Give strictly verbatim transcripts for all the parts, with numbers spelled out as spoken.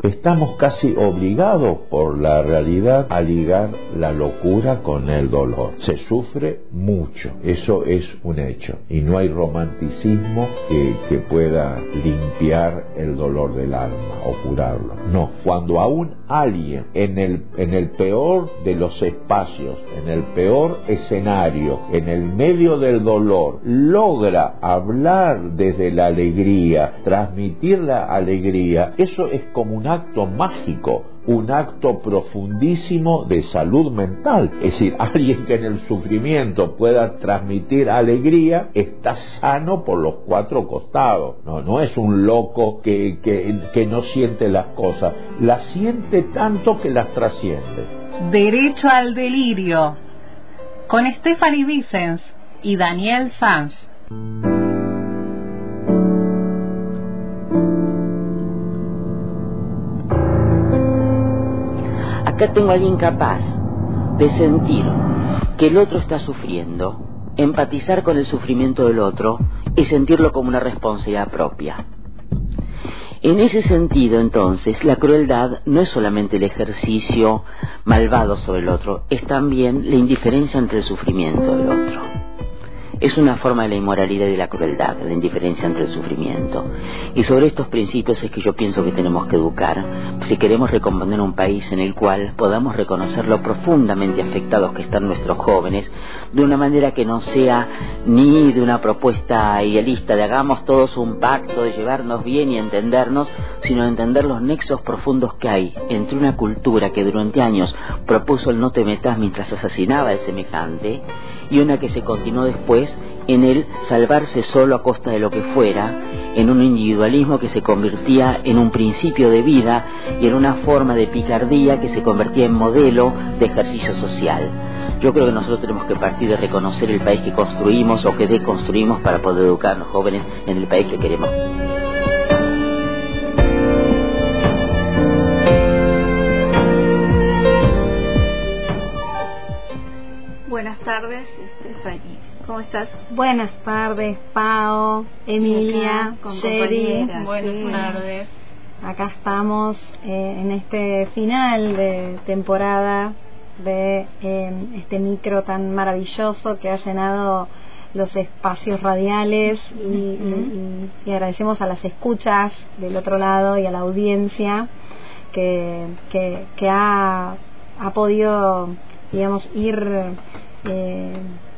Estamos casi obligados por la realidad a ligar la locura con el dolor. Se sufre mucho, eso es un hecho, y no hay romanticismo que, que pueda limpiar el dolor del alma o curarlo. No, cuando aún alguien en el, en el peor de los espacios, en el peor escenario, en el medio del dolor, logra hablar desde la alegría, transmitir la alegría, eso es como un acto mágico, un acto profundísimo de salud mental. Es decir, alguien que en el sufrimiento pueda transmitir alegría está sano por los cuatro costados. No, no es un loco que, que, que no siente las cosas, las siente tanto que las trasciende. Derecho al delirio, con Stephanie Vicens y Daniel Sanz. Acá tengo a alguien capaz de sentir que el otro está sufriendo, empatizar con el sufrimiento del otro y sentirlo como una responsabilidad propia. En ese sentido, entonces, la crueldad no es solamente el ejercicio malvado sobre el otro, es también la indiferencia ante el sufrimiento del otro. Es una forma de la inmoralidad y de la crueldad, la indiferencia ante el sufrimiento. Y sobre estos principios es que yo pienso que tenemos que educar, si queremos recomponer un país en el cual podamos reconocer lo profundamente afectados que están nuestros jóvenes, de una manera que no sea ni de una propuesta idealista de hagamos todos un pacto de llevarnos bien y entendernos, sino de entender los nexos profundos que hay entre una cultura que durante años propuso el no te metas mientras asesinaba al semejante, y una que se continuó después en el salvarse solo a costa de lo que fuera, en un individualismo que se convertía en un principio de vida y en una forma de picardía que se convertía en modelo de ejercicio social. Yo creo que nosotros tenemos que partir de reconocer el país que construimos o que deconstruimos para poder educar a los jóvenes en el país que queremos. Buenas tardes, Stephanie. ¿Cómo estás? Buenas tardes, Pao, Emilia, Sherry. Buenas sí. tardes. Acá estamos eh, en este final de temporada de eh, este micro tan maravilloso que ha llenado los espacios radiales y, uh-huh. y, y, y agradecemos a las escuchas del otro lado y a la audiencia que, que, que ha, ha podido, digamos, ir eh,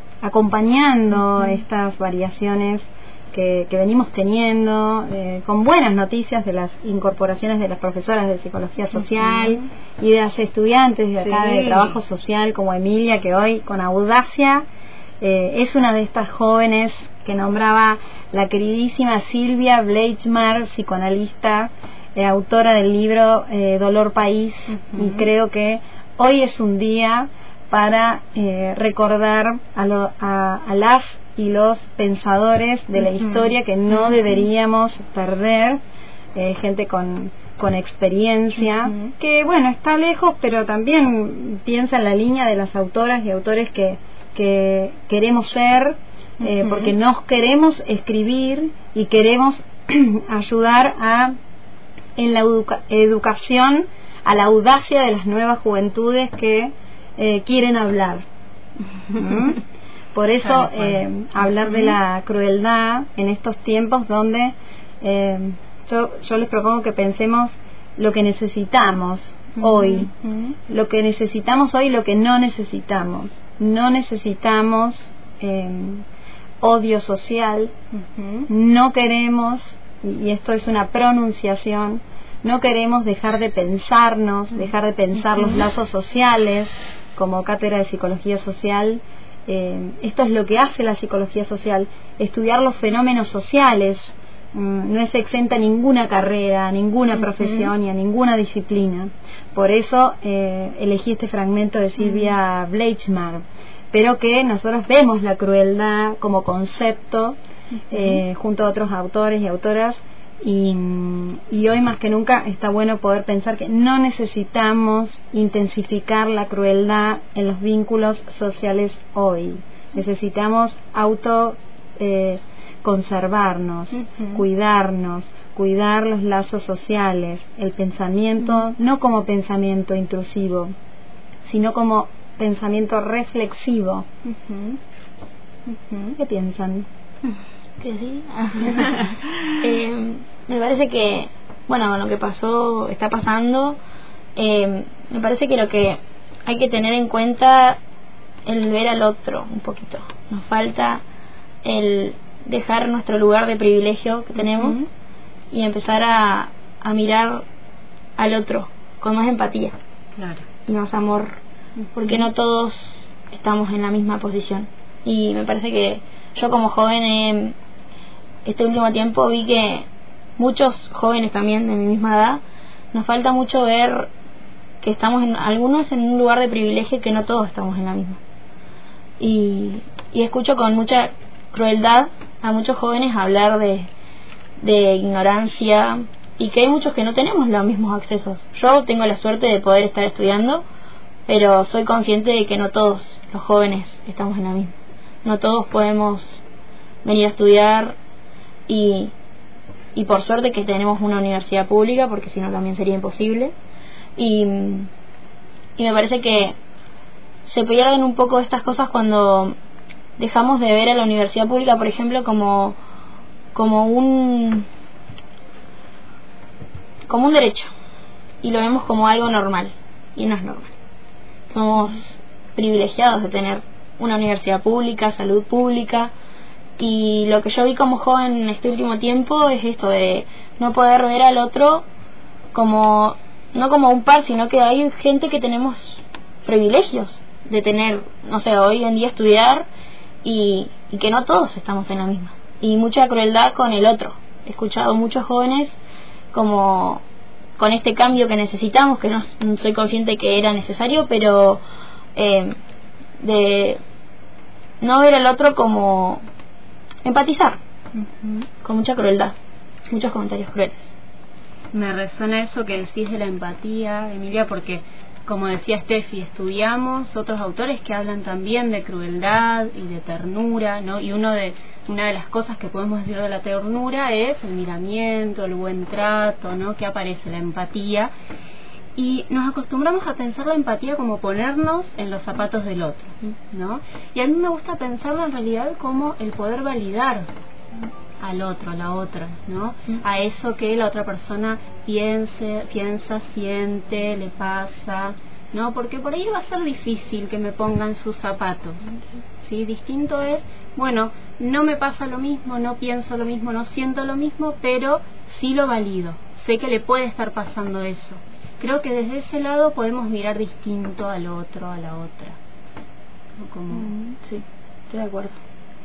acompañando uh-huh. estas variaciones que, que venimos teniendo, eh, con buenas noticias de las incorporaciones de las profesoras de psicología social uh-huh. y de las estudiantes de acá sí. de trabajo social como Emilia, que hoy con audacia eh, es una de estas jóvenes que nombraba la queridísima Silvia Bleichmar, psicoanalista, eh, autora del libro eh, Dolor País, uh-huh. y creo que hoy es un día para eh, recordar a, lo, a, a las y los pensadores de la uh-huh. historia que no uh-huh. deberíamos perder, eh, gente con, con experiencia, uh-huh. que bueno, está lejos, pero también piensa en la línea de las autoras y autores que, que queremos ser, eh, uh-huh. porque nos queremos escribir y queremos ayudar a en la educa- educación a la audacia de las nuevas juventudes que eh, quieren hablar. ¿Mm? Por eso eh, hablar de la crueldad en estos tiempos donde eh, yo, yo les propongo que pensemos lo que necesitamos uh-huh. hoy, uh-huh. lo que necesitamos hoy y lo que no necesitamos. No necesitamos eh, odio social, uh-huh. no queremos, y esto es una pronunciación, no queremos dejar de pensarnos, dejar de pensar uh-huh. los lazos sociales. Como cátedra de psicología social, eh, esto es lo que hace la psicología social, estudiar los fenómenos sociales. Mm, no es exenta a ninguna carrera, a ninguna uh-huh. profesión y a ninguna disciplina. Por eso eh, elegí este fragmento de Silvia uh-huh. Bleichmar, pero que nosotros vemos la crueldad como concepto uh-huh. eh, junto a otros autores y autoras. Y, y hoy más que nunca está bueno poder pensar que no necesitamos intensificar la crueldad en los vínculos sociales hoy. Necesitamos auto eh, conservarnos, uh-huh. cuidarnos, cuidar los lazos sociales, el pensamiento, no como pensamiento intrusivo, sino como pensamiento reflexivo. Uh-huh. Uh-huh. ¿Qué piensan? ¿Qué sí? eh, me parece que, bueno, lo que pasó, está pasando, eh, me parece que lo que hay que tener en cuenta el ver al otro un poquito. Nos falta el dejar nuestro lugar de privilegio que tenemos uh-huh. y empezar a, a mirar al otro con más empatía, claro, y más amor, uh-huh. porque no todos estamos en la misma posición. Y me parece que yo como joven eh, este último tiempo vi que muchos jóvenes también de mi misma edad nos falta mucho ver que estamos en, algunos en un lugar de privilegio, que no todos estamos en la misma. Y, y escucho con mucha crueldad a muchos jóvenes hablar de, de ignorancia, y que hay muchos que no tenemos los mismos accesos. Yo tengo la suerte de poder estar estudiando, pero soy consciente de que no todos los jóvenes estamos en la misma. No todos podemos venir a estudiar, y, y por suerte que tenemos una universidad pública, porque si no también sería imposible. Y, y me parece que se pierden un poco estas cosas cuando dejamos de ver a la universidad pública, por ejemplo, como como un como un derecho, y lo vemos como algo normal, y no es normal. Somos privilegiados de tener una universidad pública, salud pública, y lo que yo vi como joven en este último tiempo es esto de no poder ver al otro como, no como un par, sino que hay gente que tenemos privilegios de tener, no sé, hoy en día estudiar, y, y que no todos estamos en la misma, y mucha crueldad con el otro. He escuchado muchos jóvenes como con este cambio que necesitamos, que no soy consciente que era necesario, pero eh, de no ver al otro como empatizar, uh-huh. con mucha crueldad, muchos comentarios crueles. Me resuena eso que decís de la empatía, Emilia, porque como decía Steffi, estudiamos otros autores que hablan también de crueldad y de ternura, ¿no? Y uno de una de las cosas que podemos decir de la ternura es el miramiento, el buen trato, ¿no? Que aparece la empatía, y nos acostumbramos a pensar la empatía como ponernos en los zapatos del otro, ¿no? Y a mí me gusta pensarlo en realidad como el poder validar al otro, a la otra, ¿no? A eso que la otra persona piense, piensa, siente, le pasa, ¿no? Porque por ahí va a ser difícil que me pongan sus zapatos, ¿sí? Distinto es, bueno, no me pasa lo mismo, no pienso lo mismo, no siento lo mismo, pero sí lo valido, sé que le puede estar pasando eso. Creo que desde ese lado podemos mirar distinto al otro, a la otra, ¿no? Como... Mm, sí, estoy de acuerdo.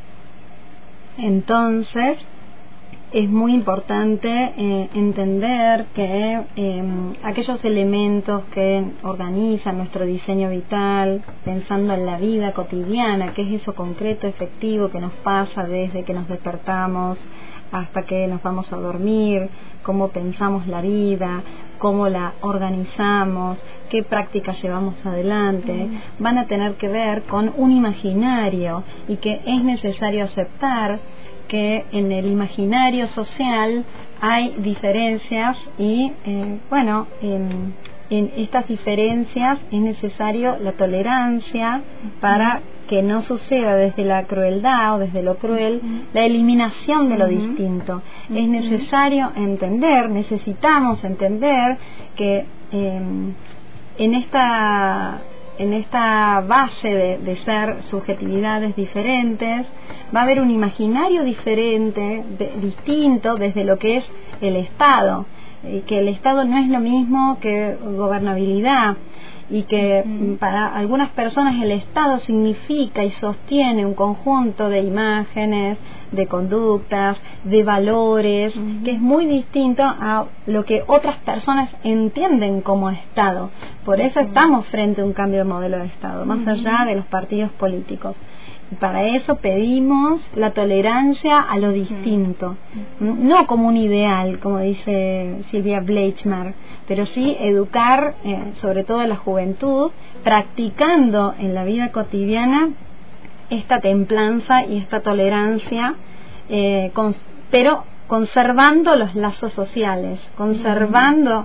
Entonces, es muy importante eh, entender que eh, aquellos elementos que organizan nuestro diseño vital, pensando en la vida cotidiana, que es eso concreto, efectivo, que nos pasa desde que nos despertamos hasta que nos vamos a dormir, cómo pensamos la vida, cómo la organizamos, qué prácticas llevamos adelante, mm. van a tener que ver con un imaginario, y que es necesario aceptar que en el imaginario social hay diferencias, y eh, bueno, en, en estas diferencias es necesario la tolerancia para que no suceda desde la crueldad o desde lo cruel la eliminación de lo distinto. Es necesario entender, necesitamos entender que eh, en esta en esta base de, de ser subjetividades diferentes va a haber un imaginario diferente, de, distinto desde lo que es el Estado, y que el Estado no es lo mismo que gobernabilidad, y que mm. para algunas personas el Estado significa y sostiene un conjunto de imágenes, de conductas, de valores, mm. que es muy distinto a lo que otras personas entienden como Estado. Por eso mm. estamos frente a un cambio de modelo de Estado, más mm. allá de los partidos políticos. Y para eso pedimos la tolerancia a lo distinto, mm. no como un ideal, como dice Silvia Bleichmer, pero sí educar, eh, sobre todo a la juventud, practicando en la vida cotidiana esta templanza y esta tolerancia, eh, con, pero conservando los lazos sociales, conservando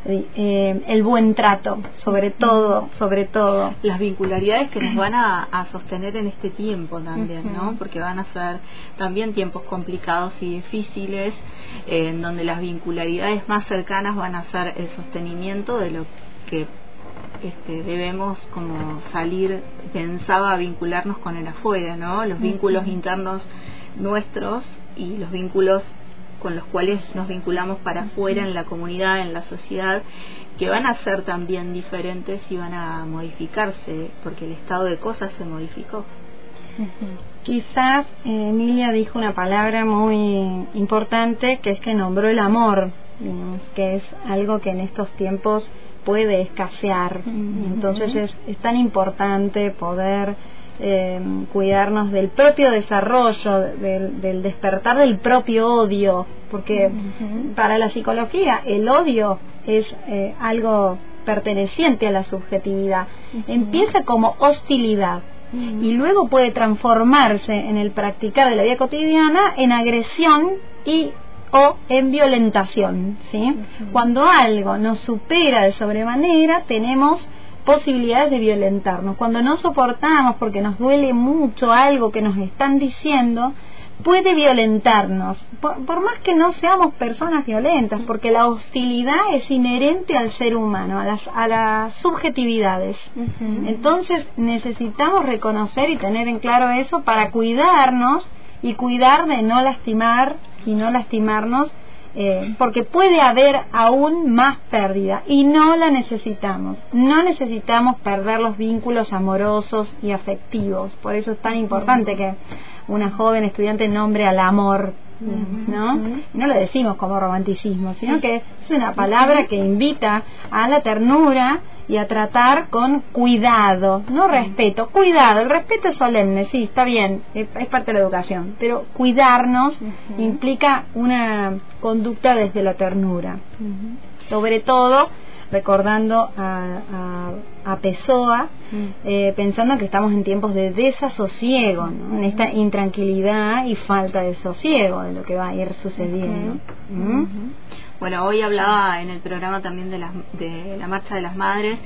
eh, el buen trato, sobre todo, sobre todo. Las vincularidades que nos van a, a sostener en este tiempo también, ¿no? Porque van a ser también tiempos complicados y difíciles, eh, en donde las vincularidades más cercanas van a ser el sostenimiento de lo que este, debemos como salir, pensaba vincularnos con el afuera, ¿no? Los vínculos internos nuestros y los vínculos con los cuales nos vinculamos para afuera en la comunidad, en la sociedad, que van a ser también diferentes y van a modificarse porque el estado de cosas se modificó. Uh-huh. Quizás eh, Emilia dijo una palabra muy importante, que es que nombró el amor, digamos, que es algo que en estos tiempos puede escasear. Uh-huh. Entonces es, es tan importante poder Eh, cuidarnos del propio desarrollo, del, del despertar del propio odio, porque uh-huh. para la psicología el odio es eh, algo perteneciente a la subjetividad. Uh-huh. Empieza como hostilidad uh-huh. y luego puede transformarse en el practicar de la vida cotidiana en agresión y o en violentación, ¿sí? Uh-huh. Cuando algo nos supera de sobremanera, tenemos posibilidades de violentarnos. Cuando no soportamos porque nos duele mucho algo que nos están diciendo, puede violentarnos, por, por más que no seamos personas violentas, porque la hostilidad es inherente al ser humano, a las, a las subjetividades. Uh-huh. Entonces necesitamos reconocer y tener en claro eso para cuidarnos y cuidar de no lastimar y no lastimarnos, Eh, porque puede haber aún más pérdida y no la necesitamos. No necesitamos perder los vínculos amorosos y afectivos. Por eso es tan importante que una joven estudiante nombre al amor, ¿no? No lo decimos como romanticismo, sino que es una palabra que invita a la ternura y a tratar con cuidado, no respeto, cuidado. El respeto es solemne, sí, está bien, es, es parte de la educación, pero cuidarnos uh-huh. implica una conducta desde la ternura, uh-huh. sobre todo recordando a, a, a Pessoa, uh-huh. eh, pensando que estamos en tiempos de desasosiego, ¿no? En esta intranquilidad y falta de sosiego de lo que va a ir sucediendo. Uh-huh. ¿Mm? Uh-huh. Bueno, hoy hablaba en el programa también de, las, de la Marcha de las Madres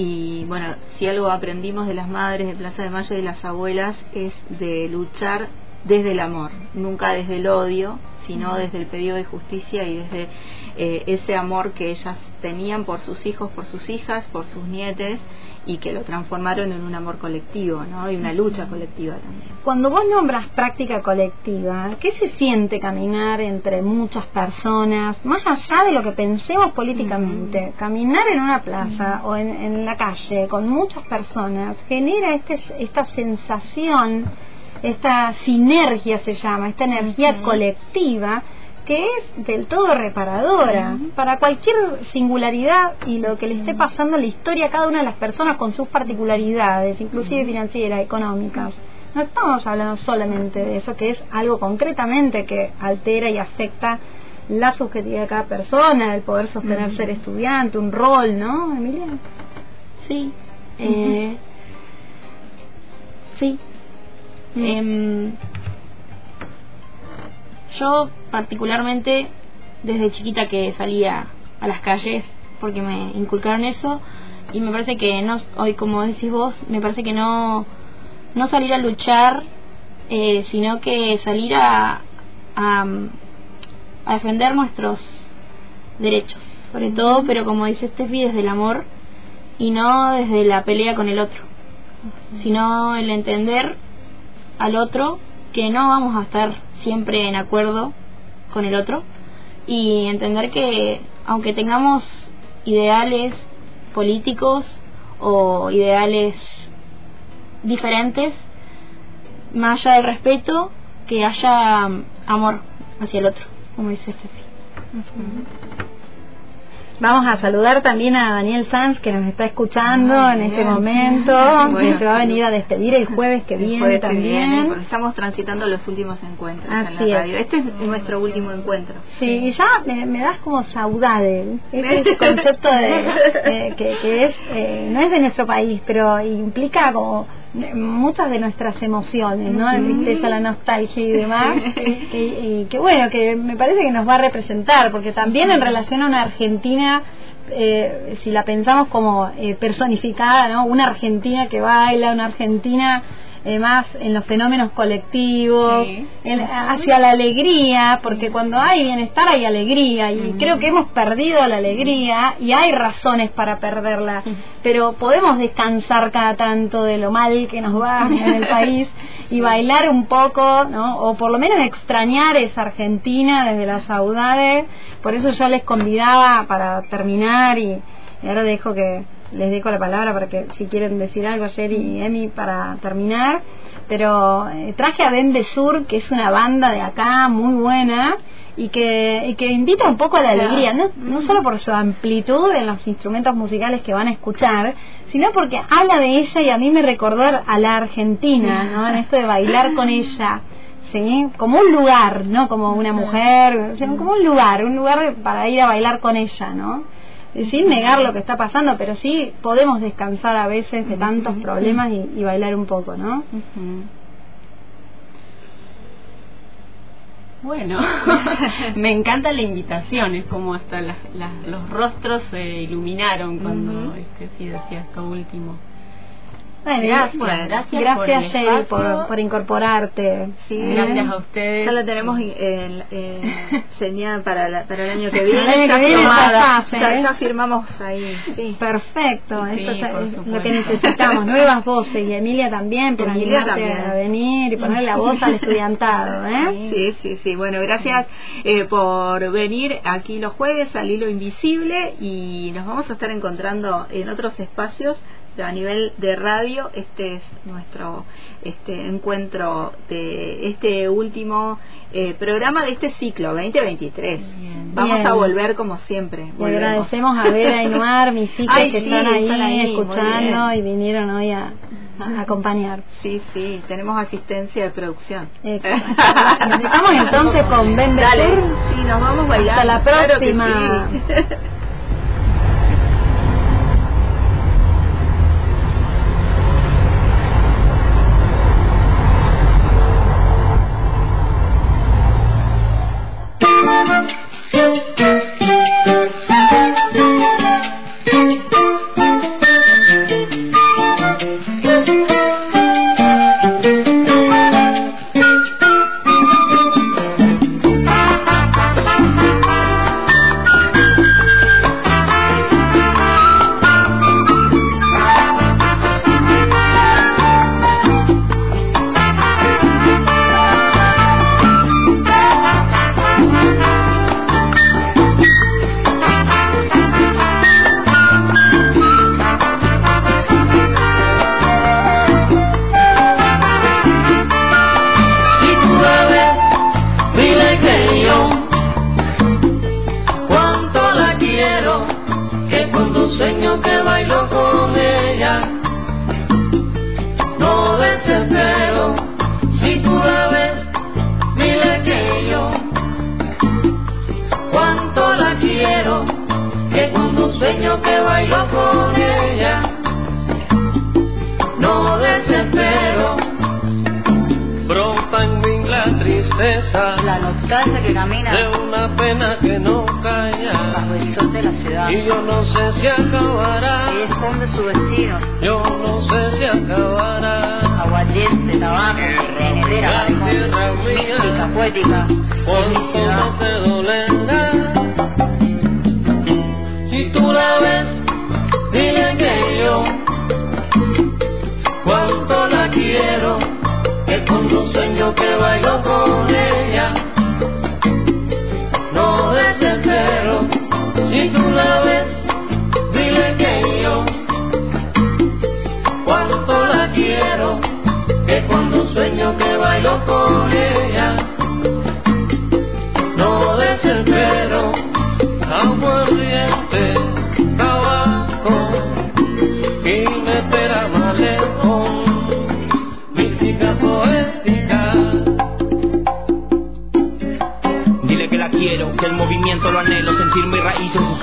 y bueno, si algo aprendimos de las madres de Plaza de Mayo y de las abuelas es de luchar desde el amor, nunca desde el odio, sino desde el pedido de justicia y desde eh, ese amor que ellas tenían por sus hijos, por sus hijas, por sus nietes y que lo transformaron en un amor colectivo, ¿no? Y una lucha colectiva también. Cuando vos nombras práctica colectiva, ¿qué se siente caminar entre muchas personas, más allá de lo que pensemos políticamente? Uh-huh. Caminar en una plaza uh-huh. o en, en la calle con muchas personas genera este, esta sensación, esta sinergia se llama, esta energía uh-huh. colectiva que es del todo reparadora uh-huh. para cualquier singularidad y lo que le esté pasando en la historia a cada una de las personas con sus particularidades, inclusive uh-huh. financieras, económicas. No estamos hablando solamente de eso, que es algo concretamente que altera y afecta la subjetividad de cada persona, el poder sostener uh-huh. ser estudiante, un rol, ¿no, Emilia? Sí. Uh-huh. Eh, sí. Uh-huh. Eh, yo particularmente desde chiquita que salía a las calles porque me inculcaron eso y me parece que no, hoy como decís vos, me parece que no no salir a luchar eh, sino que salir a, a a defender nuestros derechos sobre todo, pero como dice Steffi, desde el amor y no desde la pelea con el otro, sino el entender al otro que no vamos a estar siempre en acuerdo con el otro y entender que aunque tengamos ideales políticos o ideales diferentes, más allá del respeto, que haya amor hacia el otro, como dice Steffi. Uh-huh. Vamos a saludar también a Daniel Sanz, que nos está escuchando ah, en bien. este momento, bueno, que se va a venir a despedir el jueves que el viene jueves también. Que viene, porque estamos transitando los últimos encuentros Así en la radio. Es. Este es nuestro último encuentro. Sí, y ya me, me das como saudade. Este es el concepto de, de que, que es eh, no es de nuestro país, pero implica como muchas de nuestras emociones, ¿no? La tristeza, la nostalgia y demás, y, y que bueno, que me parece que nos va a representar, porque también en relación a una Argentina, eh, si la pensamos como eh, personificada, ¿no? Una Argentina que baila, una Argentina eh, más en los fenómenos colectivos, sí. en, hacia la alegría, porque cuando hay bienestar hay alegría, y uh-huh. creo que hemos perdido la alegría, y hay razones para perderla, uh-huh. pero podemos descansar cada tanto de lo mal que nos va en el país y bailar un poco, ¿no? O por lo menos extrañar esa Argentina desde las saudades. Por eso yo les convidaba para terminar, y, y ahora dejo que les dejo la palabra para que si quieren decir algo, Jerry y Emi, para terminar. Pero eh, traje a Bende Sur, que es una banda de acá muy buena y que, y que invita un poco a la alegría, no, no solo por su amplitud en los instrumentos musicales que van a escuchar, sino porque habla de ella, y a mí me recordó a la Argentina, ¿no? En esto de bailar con ella, ¿sí? Como un lugar, ¿no? Como una mujer, o sea, como un lugar, un lugar para ir a bailar con ella, ¿no? Sin negar lo que está pasando, pero sí podemos descansar a veces de tantos problemas y, y bailar un poco, ¿no? Uh-huh. Bueno, me encanta la invitación, es como hasta las, las, los rostros se iluminaron cuando uh-huh. este, sí decía esto último. Bueno, gracias, bueno, gracias, gracias por, Jerry, por, por incorporarte. Sí, ¿eh? Gracias a ustedes. Ya la tenemos eh, eh, señal para, la, para el año que viene. El año que viene ya, ya, ya firmamos ahí. Sí. Perfecto, sí, esto es supuesto. Lo que necesitamos, nuevas voces, y Emilia también, por Emilia animarte también. a venir y poner la voz al estudiantado, ¿eh? Sí, sí, sí. Bueno, gracias eh, por venir aquí los jueves al Hilo Invisible, y nos vamos a estar encontrando en otros espacios a nivel de radio. Este es nuestro este encuentro de este último eh, programa de este ciclo veinte veintitrés. Bien, vamos bien. a volver como siempre. Le agradecemos a Vera y Noar, mis hijas, Ay, que sí, están ahí, están ahí escuchando y vinieron hoy a, a acompañar. Sí, sí, tenemos asistencia de producción. Nos estamos entonces con Bende Sur. Sí, nos vamos bailando. Hasta la próxima. Claro que sí.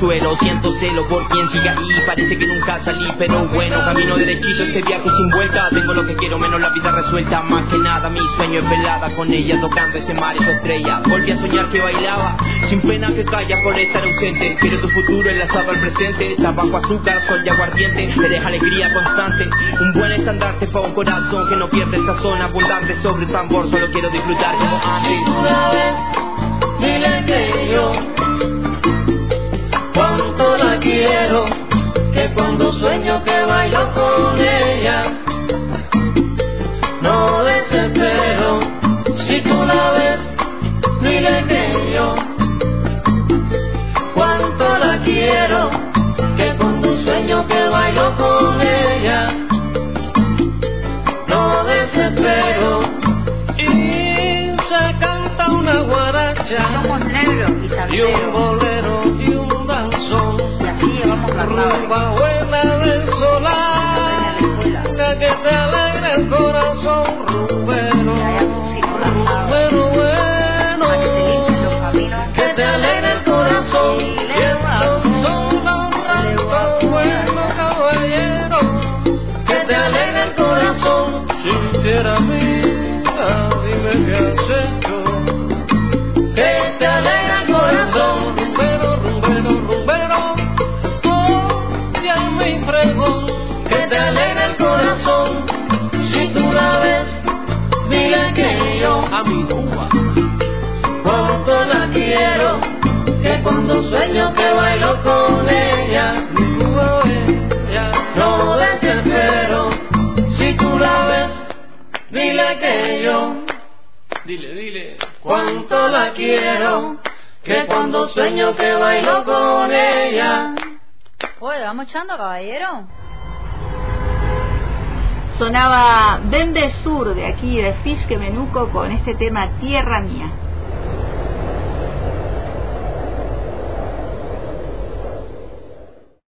suelo. Siento celo por quien sigue ahí, parece que nunca salí, pero bueno, camino derechito este viaje sin vuelta. Tengo lo que quiero, menos la vida resuelta. Más que nada mi sueño es velada con ella, tocando ese mar, esa estrella. Volví a soñar que bailaba, sin pena que calla por estar ausente. Quiero tu futuro enlazado al presente, tabaco, azúcar, sol y aguardiente. Te deja alegría constante, un buen estandarte para un corazón que no pierde esa zona abundante. Sobre el tambor solo quiero disfrutar como antes. Una vez, dile que yo cuánto la quiero, que cuando sueño que bailo con ella no desespero. Si tú la ves, dile que yo cuánto la quiero, que cuando sueño que bailo con ella no desespero. Y se canta una guaracha, somos negros y y un bolero y un danzón, y así llevamos la rumba buena del solar, que te alegra el corazón, rumbero, rumbero bueno, que te alegra el corazón, y el danzón tanto bueno, caballero, que te alegra el corazón. Si quiera amiga, dime qué has hecho, que te alegra el corazón, rumbero, rumbero, rumbero, oye a mi pregón, que te alegra el corazón. Si tú la ves, dile que yo A mi Cuba, cuánto la quiero, que cuando sueño que bailo con ella, mi Cuba bella, no desespero. Si tú la ves, dile que yo dile, dile. cuánto la quiero, que cuando sueño que bailo con ella. Oye, ¿vamos echando, caballero? Sonaba Vende Sur de aquí de Fish que Menuco con este tema Tierra Mía.